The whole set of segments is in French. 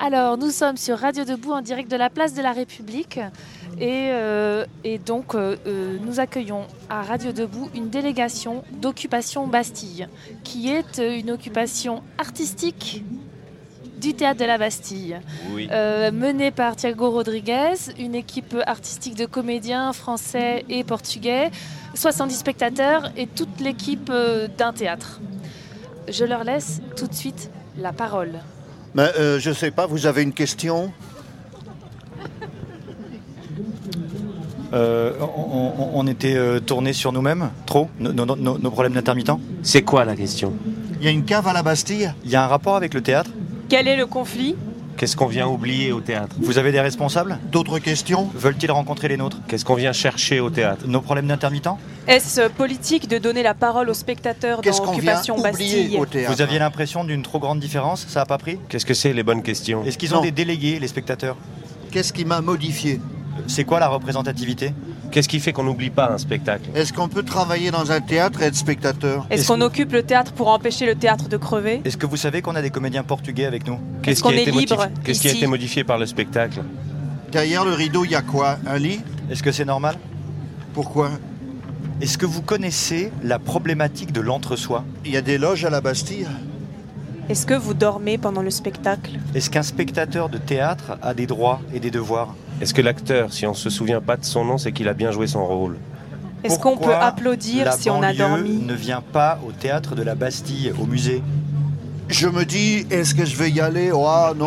Alors, nous sommes sur Radio Debout en direct de la place de la République et donc nous accueillons à Radio Debout une délégation d'Occupation Bastille qui est une occupation artistique du Théâtre de la Bastille, oui. Menée par Thiago Rodrigues, une équipe artistique de comédiens français et portugais, 70 spectateurs et toute l'équipe d'un théâtre. Je leur laisse tout de suite la parole. Je ne sais pas, vous avez une question ? On était tournés sur nous-mêmes, trop, nos problèmes d'intermittents. C'est quoi la question ? Il y a une cave à la Bastille ? Il y a un rapport avec le théâtre ? Quel est le conflit ? Qu'est-ce qu'on vient oublier au théâtre ? Vous avez des responsables ? D'autres questions ? Veulent-ils rencontrer les nôtres ? Qu'est-ce qu'on vient chercher au théâtre ? Nos problèmes d'intermittents ? Est-ce politique de donner la parole aux spectateurs dans Occupation Bastille ? Au théâtre ? Vous aviez l'impression d'une trop grande différence ? Ça n'a pas pris ? Qu'est-ce que c'est les bonnes questions ? Est-ce qu'ils ont Non. des délégués, les spectateurs ? Qu'est-ce qui m'a modifié ? C'est quoi la représentativité ? Qu'est-ce qui fait qu'on n'oublie pas un spectacle ? Est-ce qu'on peut travailler dans un théâtre et être spectateur ? Est-ce qu'on occupe le théâtre pour empêcher le théâtre de crever ? Est-ce que vous savez qu'on a des comédiens portugais avec nous ? Est-ce qu'on est libre Qu'est-ce qui a ici été modifié par le spectacle ? Derrière le rideau, il y a quoi ? Un lit ? Est-ce que c'est normal ? Pourquoi ? Est-ce que vous connaissez la problématique de l'entre-soi ? Il y a des loges à la Bastille ? Est-ce que vous dormez pendant le spectacle ? Est-ce qu'un spectateur de théâtre a des droits et des devoirs ? Est-ce que l'acteur, si on ne se souvient pas de son nom, c'est qu'il a bien joué son rôle ? Est-ce qu'on peut Pourquoi applaudir la si on a banlieue dormi ? ne vient pas au théâtre de la Bastille, au musée ? Je me dis, est-ce que je vais y aller ? Oh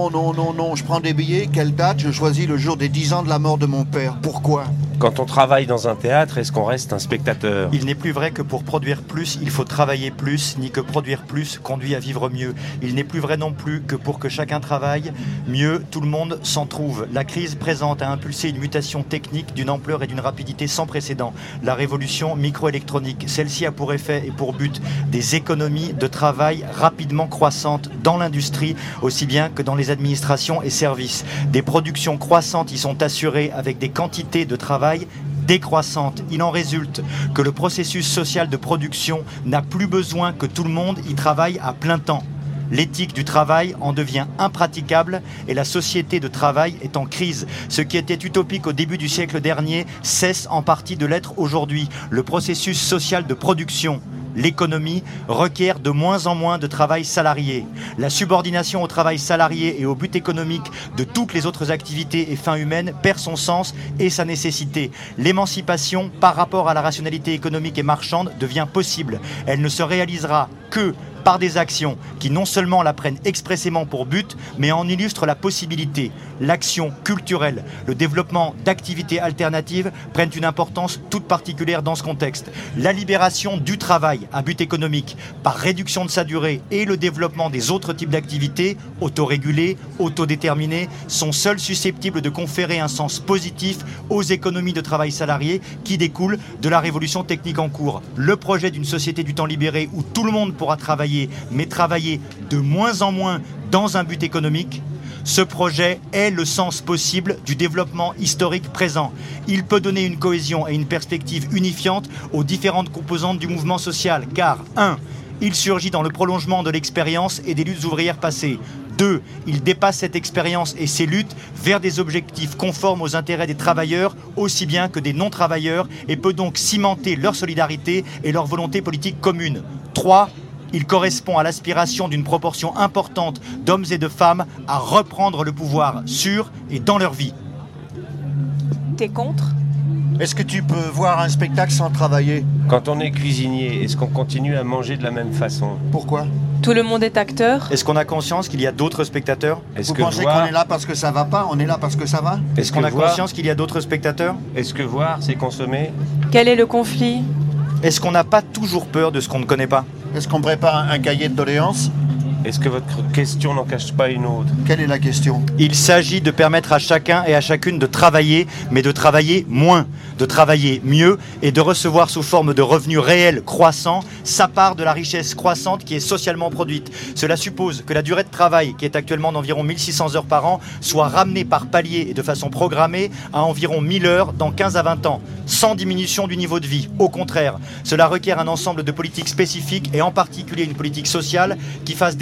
non, je prends des billets, quelle date ? Je choisis le jour des 10 ans de la mort de mon père. Pourquoi ? Quand on travaille dans un théâtre, est-ce qu'on reste un spectateur ? Il n'est plus vrai que pour produire plus, il faut travailler plus, ni que produire plus conduit à vivre mieux. Il n'est plus vrai non plus que pour que chacun travaille mieux, tout le monde s'en trouve. La crise présente a impulsé une mutation technique d'une ampleur et d'une rapidité sans précédent. La révolution microélectronique, celle-ci a pour effet et pour but des économies de travail rapidement croissantes dans l'industrie, aussi bien que dans les administrations et services. Des productions croissantes y sont assurées avec des quantités de travail décroissante. Il en résulte que le processus social de production n'a plus besoin que tout le monde y travaille à plein temps. L'éthique du travail en devient impraticable et la société de travail est en crise. Ce qui était utopique au début du siècle dernier cesse en partie de l'être aujourd'hui. Le processus social de production, l'économie, requiert de moins en moins de travail salarié. La subordination au travail salarié et au but économique de toutes les autres activités et fins humaines perd son sens et sa nécessité. L'émancipation par rapport à la rationalité économique et marchande devient possible. Elle ne se réalisera que par des actions qui non seulement la prennent expressément pour but, mais en illustrent la possibilité. L'action culturelle, le développement d'activités alternatives prennent une importance toute particulière dans ce contexte. La libération du travail à but économique par réduction de sa durée et le développement des autres types d'activités, autorégulées, autodéterminées, sont seuls susceptibles de conférer un sens positif aux économies de travail salarié qui découlent de la révolution technique en cours. Le projet d'une société du temps libéré où tout le monde pourra travailler, mais travailler de moins en moins dans un but économique, ce projet est le sens possible du développement historique présent. Il peut donner une cohésion et une perspective unifiante aux différentes composantes du mouvement social, car 1. Il surgit dans le prolongement de l'expérience et des luttes ouvrières passées. 2. Il dépasse cette expérience et ces luttes vers des objectifs conformes aux intérêts des travailleurs aussi bien que des non-travailleurs et peut donc cimenter leur solidarité et leur volonté politique commune. 3. Il correspond à l'aspiration d'une proportion importante d'hommes et de femmes à reprendre le pouvoir sur et dans leur vie. T'es contre ? Est-ce que tu peux voir un spectacle sans travailler ? Quand on est cuisinier, est-ce qu'on continue à manger de la même façon ? Pourquoi ? Tout le monde est acteur ? Est-ce qu'on a conscience qu'il y a d'autres spectateurs ? Est-ce Vous que pensez voir... qu'on est là parce que ça va pas ? On est là parce que ça va ? Est-ce qu'on a conscience qu'il y a d'autres spectateurs ? Est-ce que voir, c'est consommer ? Quel est le conflit ? Est-ce qu'on n'a pas toujours peur de ce qu'on ne connaît pas ? Est-ce qu'on prépare un cahier de doléances ? Est-ce que votre question n'en cache pas une autre ? Quelle est la question ? Il s'agit de permettre à chacun et à chacune de travailler, mais de travailler moins, de travailler mieux et de recevoir sous forme de revenus réels croissants sa part de la richesse croissante qui est socialement produite. Cela suppose que la durée de travail, qui est actuellement d'environ 1600 heures par an, soit ramenée par palier et de façon programmée à environ 1000 heures dans 15 à 20 ans, sans diminution du niveau de vie. Au contraire, cela requiert un ensemble de politiques spécifiques et en particulier une politique sociale qui fasse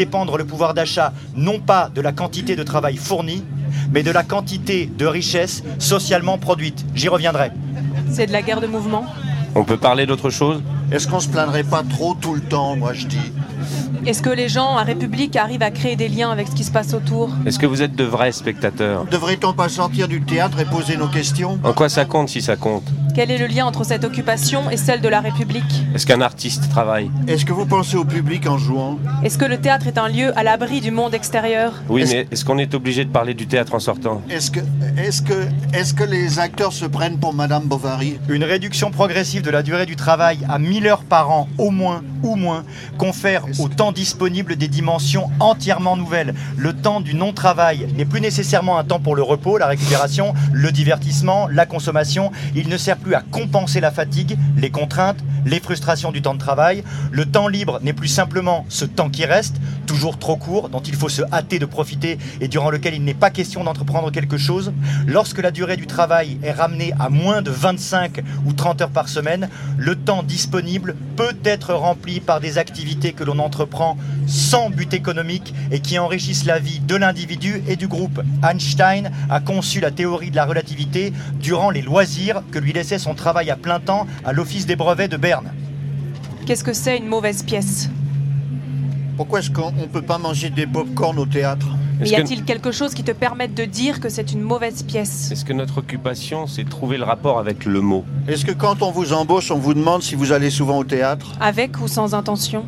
dépendre le pouvoir d'achat non pas de la quantité de travail fourni, mais de la quantité de richesse socialement produite. J'y reviendrai. C'est de la guerre de mouvement. On peut parler d'autre chose ? Est-ce qu'on se plaindrait pas trop tout le temps, moi je dis? Est-ce que les gens à République arrivent à créer des liens avec ce qui se passe autour? Est-ce que vous êtes de vrais spectateurs ? Devrait-on pas sortir du théâtre et poser nos questions? En quoi ça compte si ça compte ? Quel est le lien entre cette occupation et celle de la République? Est-ce qu'un artiste travaille ? Est-ce que vous pensez au public en jouant? Est-ce que le théâtre est un lieu à l'abri du monde extérieur? Oui, mais est-ce qu'on est obligé de parler du théâtre en sortant ? Est-ce que les acteurs se prennent pour Madame Bovary? Une réduction progressive de la durée du travail à 1000 heures par an, au moins, ou moins, confère au temps disponible des dimensions entièrement nouvelles. Le temps du non-travail n'est plus nécessairement un temps pour le repos, la récupération, le divertissement, la consommation. Il ne sert plus à compenser la fatigue, les contraintes, les frustrations du temps de travail. Le temps libre n'est plus simplement ce temps qui reste, toujours trop court, dont il faut se hâter de profiter et durant lequel il n'est pas question d'entreprendre quelque chose. Lorsque la durée du travail est ramenée à moins de 25 ou 30 heures par semaine, le temps disponible peut être rempli par des activités que l'on entreprend sans but économique et qui enrichissent la vie de l'individu et du groupe. Einstein a conçu la théorie de la relativité durant les loisirs que lui laissait son travail à plein temps à l'Office des brevets de Berne. Qu'est-ce que c'est une mauvaise pièce? Pourquoi est-ce qu'on ne peut pas manger des pop-corn au théâtre? Mais y a-t-il quelque chose qui te permette de dire que c'est une mauvaise pièce? Est-ce que notre occupation, c'est trouver le rapport avec le mot ? Est-ce que quand on vous embauche, on vous demande si vous allez souvent au théâtre? Avec ou sans intention?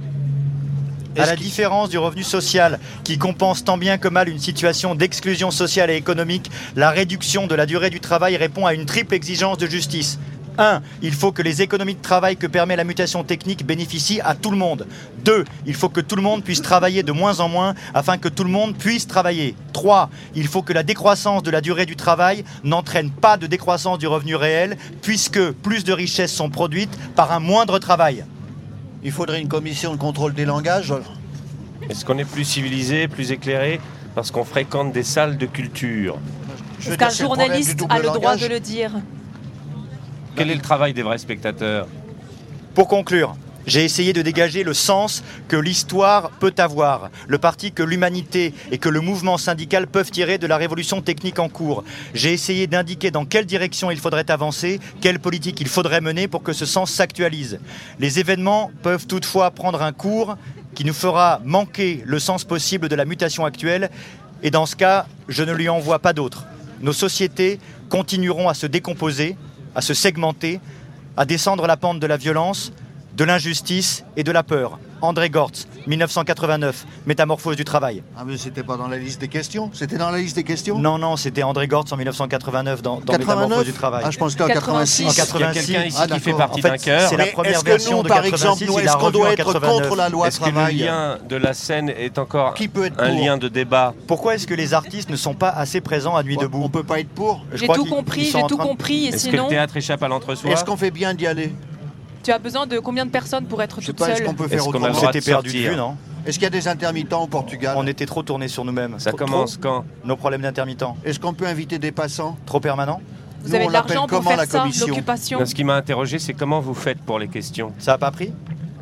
À la différence du revenu social, qui compense tant bien que mal une situation d'exclusion sociale et économique, la réduction de la durée du travail répond à une triple exigence de justice. 1. Il faut que les économies de travail que permet la mutation technique bénéficient à tout le monde. 2. Il faut que tout le monde puisse travailler de moins en moins afin que tout le monde puisse travailler. 3. Il faut que la décroissance de la durée du travail n'entraîne pas de décroissance du revenu réel puisque plus de richesses sont produites par un moindre travail. Il faudrait une commission de contrôle des langages. Est-ce qu'on est plus civilisé, plus éclairé parce qu'on fréquente des salles de culture ? Est-ce qu'un journaliste a le droit de le dire? Quel est le travail des vrais spectateurs ? Pour conclure, j'ai essayé de dégager le sens que l'histoire peut avoir, le parti que l'humanité et que le mouvement syndical peuvent tirer de la révolution technique en cours. J'ai essayé d'indiquer dans quelle direction il faudrait avancer, quelle politique il faudrait mener pour que ce sens s'actualise. Les événements peuvent toutefois prendre un cours qui nous fera manquer le sens possible de la mutation actuelle, et dans ce cas, je ne lui en vois pas d'autre. Nos sociétés continueront à se décomposer, à se segmenter, à descendre la pente de la violence, de l'injustice et de la peur. André Gortz, 1989, Métamorphose du travail. Ah mais c'était pas dans la liste des questions? C'était dans la liste des questions? Non, c'était André Gortz en 1989 dans Métamorphose du travail. Ah, je pense que c'était en 86. En 86. Il y a quelqu'un ici qui fait partie d'un cœur. C'est la première version de 86, il est-ce qu'on doit être 89. contre la loi Est-ce que travail? le lien de la scène est encore Qui peut être un pour? lien de débat ? Pourquoi est-ce que les artistes ne sont pas assez présents à Nuit debout? On peut pas être pour. Je J'ai crois tout qu'ils- compris, ils sont j'ai en tout train de- compris, et Est-ce que sinon, le théâtre échappe à l'entre-soi ? Est-ce qu'on fait bien d'y aller? tu as besoin de combien de personnes pour être Je sais toute pas, est-ce seule? qu'on peut Est-ce faire qu'on a le autrement? droit C'était de perdu de sortir vue, non? Est-ce qu'il y a des intermittents au Portugal? On était trop tournés sur nous-mêmes. Ça Trop- commence quand ? Nos problèmes d'intermittents. Est-ce qu'on peut inviter des passants? Trop permanents? Vous Nous, avez on de l'argent l'appelle pour comment, faire la ça, commission? l'occupation? Non, ce qui m'a interrogé, c'est comment vous faites pour les questions ? Ça a pas pris?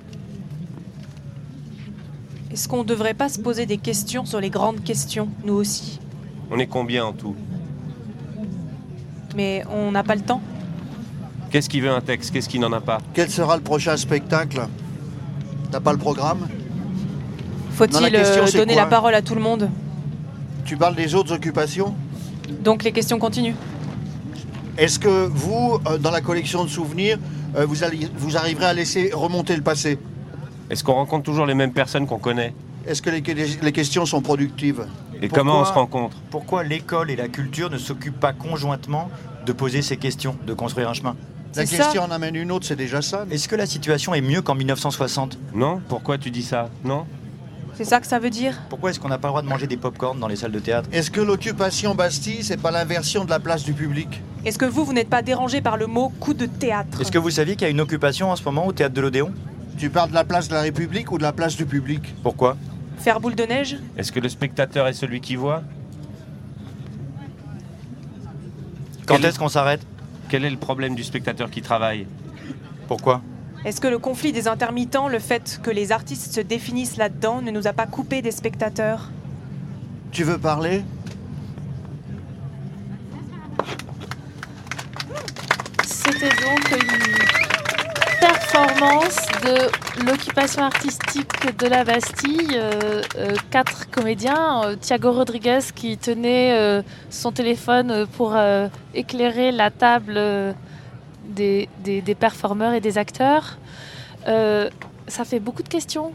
Est-ce qu'on ne devrait pas se poser des questions sur les grandes questions, nous aussi? On est combien en tout ? Mais on n'a pas le temps. Qu'est-ce qui veut un texte ? Qu'est-ce qui n'en a pas ? Quel sera le prochain spectacle? T'as pas le programme? Non, Faut-il la question, c'est donner quoi? la parole à tout le monde? Tu parles des autres occupations? Donc les questions continuent. Est-ce que vous, dans la collection de souvenirs, vous arriverez à laisser remonter le passé? Est-ce qu'on rencontre toujours les mêmes personnes qu'on connaît ? Est-ce que les questions sont productives? Et Pourquoi comment on se rencontre ? Pourquoi l'école et la culture ne s'occupent pas conjointement de poser ces questions, de construire un chemin? La C'est question ça. en amène une autre, c'est déjà ça. Est-ce que la situation est mieux qu'en 1960? Non ? Pourquoi tu dis ça ? Non ? C'est ça que ça veut dire? Pourquoi est-ce qu'on n'a pas le droit de manger des pop-corn dans les salles de théâtre? Est-ce que l'occupation Bastille, c'est pas l'inversion de la place du public? Est-ce que vous n'êtes pas dérangé par le mot coup de théâtre? Est-ce que vous saviez qu'il y a une occupation en ce moment au théâtre de l'Odéon? Tu parles de la place de la République ou de la place du public? Pourquoi? Faire boule de neige? Est-ce que le spectateur est celui qui voit ? Quand est-ce qu'on s'arrête? Quel est le problème du spectateur qui travaille ? Pourquoi? Est-ce que le conflit des intermittents, le fait que les artistes se définissent là-dedans, ne nous a pas coupé des spectateurs ? Tu veux parler ? C'était donc une performance de l'occupation artistique de la Bastille. 4 comédiens, Thiago Rodriguez qui tenait son téléphone pour éclairer la table des performeurs et des acteurs. Ça fait beaucoup de questions.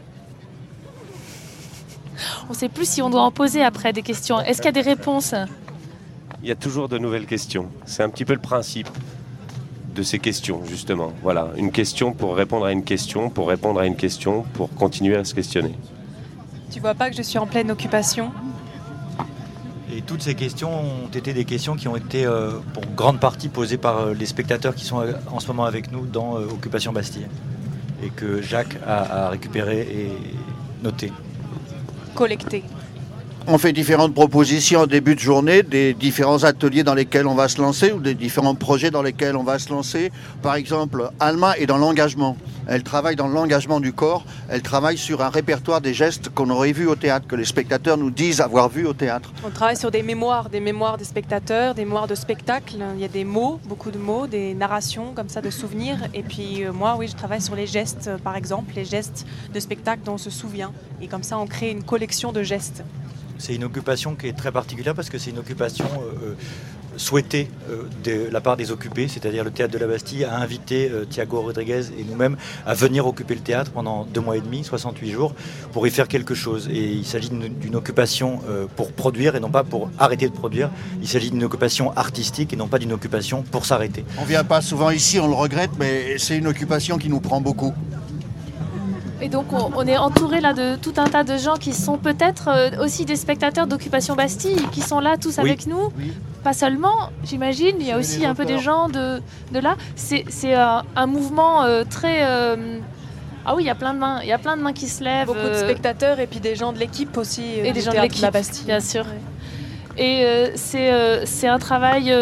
On ne sait plus si on doit en poser après des questions. Est-ce qu'il y a des réponses ? Il y a toujours de nouvelles questions. C'est un petit peu le principe de ces questions, justement. Voilà, une question pour répondre à une question, pour répondre à une question, pour continuer à se questionner. Tu vois pas que je suis en pleine occupation ? Et toutes ces questions ont été des questions qui ont été pour grande partie posées par les spectateurs qui sont en ce moment avec nous dans Occupation Bastille. Et que Jacques a récupéré et noté. Collecté. On fait différentes propositions en début de journée, des différents ateliers dans lesquels on va se lancer ou des différents projets dans lesquels on va se lancer. Par exemple, Alma est dans l'engagement. Elle travaille dans l'engagement du corps. Elle travaille sur un répertoire des gestes qu'on aurait vus au théâtre, que les spectateurs nous disent avoir vus au théâtre. On travaille sur des mémoires des spectateurs, des mémoires de spectacles. Il y a des mots, beaucoup de mots, des narrations comme ça, de souvenirs. Et puis moi, oui, je travaille sur les gestes, par exemple, les gestes de spectacle dont on se souvient. Et comme ça, on crée une collection de gestes. C'est une occupation qui est très particulière parce que c'est une occupation souhaitée de la part des occupés, c'est-à-dire le Théâtre de la Bastille a invité Thiago Rodriguez et nous-mêmes à venir occuper le théâtre pendant 2 mois et demi, 68 jours, pour y faire quelque chose. Et il s'agit d'une occupation pour produire et non pas pour arrêter de produire. Il s'agit d'une occupation artistique et non pas d'une occupation pour s'arrêter. On ne vient pas souvent ici, on le regrette, mais c'est une occupation qui nous prend beaucoup. Et donc on est entouré là de tout un tas de gens qui sont peut-être aussi des spectateurs d'Occupation Bastille, qui sont là tous avec nous. Oui. Pas seulement, j'imagine, il y a aussi un peu des gens de là. C'est un mouvement très... Ah oui, il y a plein de mains qui se lèvent. Beaucoup de spectateurs et puis des gens de l'équipe aussi. Et des gens de l'équipe, la Bastille. Bien sûr. Ouais. Et c'est un travail...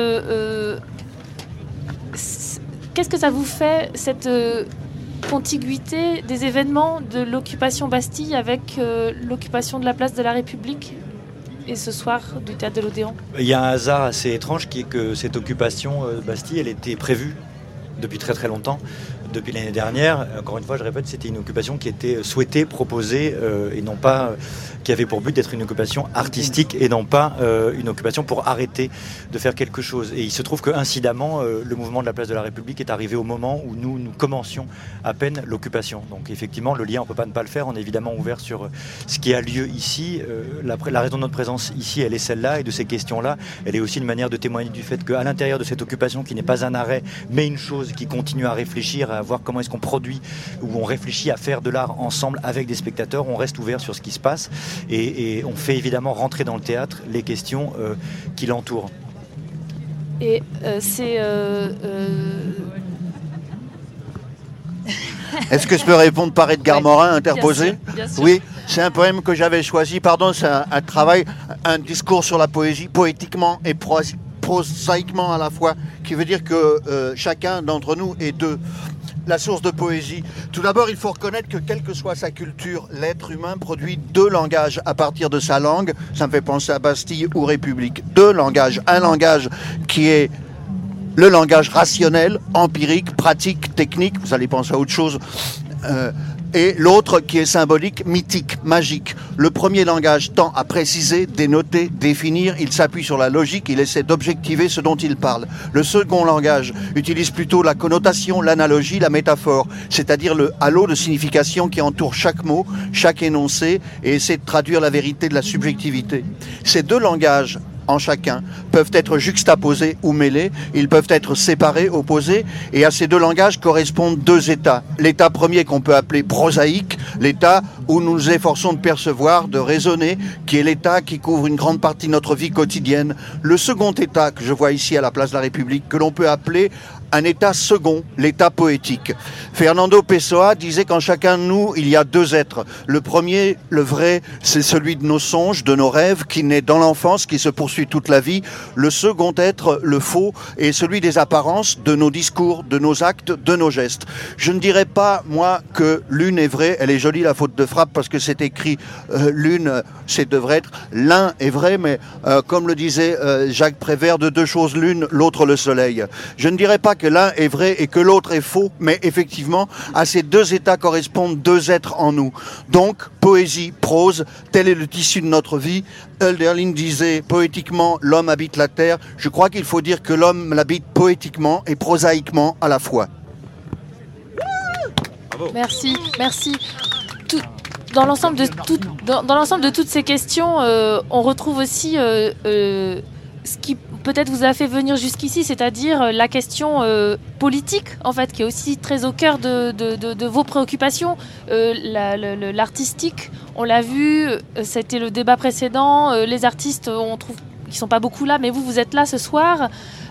Qu'est-ce que ça vous fait, cette... contiguïté des événements de l'occupation Bastille avec l'occupation de la place de la République et ce soir du Théâtre de l'Odéon ? Il y a un hasard assez étrange qui est que cette occupation Bastille, elle était prévue depuis très très longtemps. Depuis l'année dernière, encore une fois, je répète, c'était une occupation qui était souhaitée, proposée, et non pas qui avait pour but d'être une occupation artistique et non pas une occupation pour arrêter de faire quelque chose. Et il se trouve qu'incidemment, le mouvement de la place de la République est arrivé au moment où nous commencions à peine l'occupation. Donc effectivement, le lien, on ne peut pas ne pas le faire. On est évidemment ouvert sur ce qui a lieu ici. La raison de notre présence ici, elle est celle-là, et de ces questions-là, elle est aussi une manière de témoigner du fait qu'à l'intérieur de cette occupation, qui n'est pas un arrêt, mais une chose qui continue à réfléchir, à voir comment est-ce qu'on produit, ou on réfléchit à faire de l'art ensemble avec des spectateurs, on reste ouvert sur ce qui se passe et on fait évidemment rentrer dans le théâtre les questions qui l'entourent. Et c'est... Est-ce que je peux répondre par Edgar Morin, interposé ? Bien sûr. Oui, c'est un poème que j'avais choisi, c'est un travail, un discours sur la poésie, poétiquement et prosaïquement à la fois, qui veut dire que chacun d'entre nous est la source de poésie. Tout d'abord, il faut reconnaître que quelle que soit sa culture, l'être humain produit 2 langages à partir de sa langue. Ça me fait penser à Bastille ou République. 2 langages. Un langage qui est le langage rationnel, empirique, pratique, technique. Vous allez penser à autre chose. Et l'autre qui est symbolique, mythique, magique. Le premier langage tend à préciser, dénoter, définir, il s'appuie sur la logique, il essaie d'objectiver ce dont il parle. Le second langage utilise plutôt la connotation, l'analogie, la métaphore, c'est-à-dire le halo de signification qui entoure chaque mot, chaque énoncé, et essaie de traduire la vérité de la subjectivité. Ces 2 langages en chacun peuvent être juxtaposés ou mêlés, ils peuvent être séparés, opposés, et à ces 2 langages correspondent 2 états. L'état premier qu'on peut appeler prosaïque, l'état où nous nous efforçons de percevoir, de raisonner, qui est l'État qui couvre une grande partie de notre vie quotidienne. Le second État que je vois ici à la place de la République, que l'on peut appeler un état second, l'état poétique. Fernando Pessoa disait qu'en chacun de nous, il y a deux êtres. Le premier, le vrai, c'est celui de nos songes, de nos rêves, qui naît dans l'enfance, qui se poursuit toute la vie. Le second être, le faux, est celui des apparences, de nos discours, de nos actes, de nos gestes. Je ne dirais pas, moi, que l'une est vraie. Elle est jolie, la faute de frappe, parce que c'est écrit l'une, c'est devrait être l'un est vrai, mais comme le disait Jacques Prévert, de deux choses l'une, l'autre le soleil. Je ne dirais pas que l'un est vrai et que l'autre est faux, mais effectivement, à ces deux états correspondent deux êtres en nous. Donc, poésie, prose, tel est le tissu de notre vie. Hölderlin disait poétiquement, l'homme habite la terre. Je crois qu'il faut dire que l'homme l'habite poétiquement et prosaïquement à la fois. Merci, merci. Dans l'ensemble de toutes ces questions, on retrouve aussi ce qui peut-être vous a fait venir jusqu'ici, c'est-à-dire la question politique, en fait, qui est aussi très au cœur de vos préoccupations. L'artistique, on l'a vu, c'était le débat précédent. Les artistes, on trouve qu'ils ne sont pas beaucoup là, mais vous êtes là ce soir.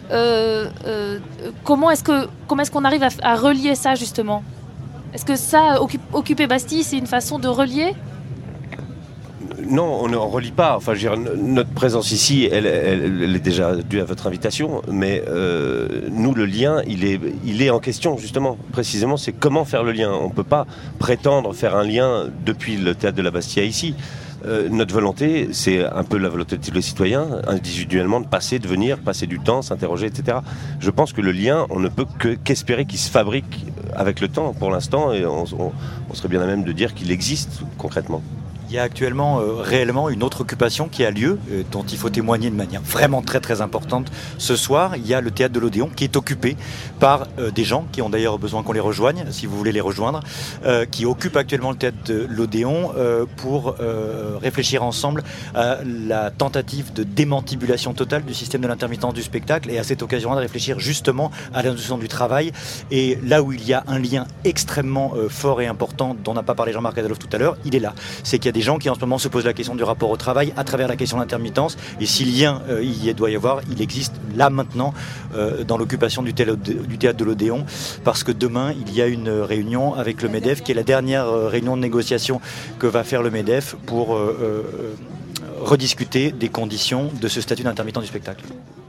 Comment est-ce qu'on arrive à relier ça, justement ? Est-ce que ça, occuper Bastille, c'est une façon de relier ? Non, on ne relie pas. Enfin, je veux dire, notre présence ici, elle est déjà due à votre invitation, mais nous, le lien, il est en question, justement. Précisément, c'est comment faire le lien. On ne peut pas prétendre faire un lien depuis le théâtre de la Bastille à ici. Notre volonté, c'est un peu la volonté de tous les citoyens, individuellement, de venir, passer du temps, s'interroger, etc. Je pense que le lien, on ne peut qu'espérer qu'il se fabrique avec le temps, pour l'instant, et on serait bien à même de dire qu'il existe concrètement. Il y a actuellement réellement une autre occupation qui a lieu, dont il faut témoigner de manière vraiment très très importante. Ce soir, il y a le théâtre de l'Odéon qui est occupé par des gens qui ont d'ailleurs besoin qu'on les rejoigne, si vous voulez les rejoindre, qui occupent actuellement le théâtre de l'Odéon pour réfléchir ensemble à la tentative de démantibulation totale du système de l'intermittence du spectacle et à cette occasion de réfléchir justement à l'institution du travail. Et là où il y a un lien extrêmement fort et important dont n'a pas parlé Jean-Marc Adaloff tout à l'heure, il est là. C'est qu'il y a des gens qui en ce moment se posent la question du rapport au travail à travers la question de l'intermittence, et si lien il doit y avoir, il existe là maintenant dans l'occupation du théâtre de l'Odéon, parce que demain il y a une réunion avec le MEDEF qui est la dernière réunion de négociation que va faire le MEDEF pour rediscuter des conditions de ce statut d'intermittent du spectacle.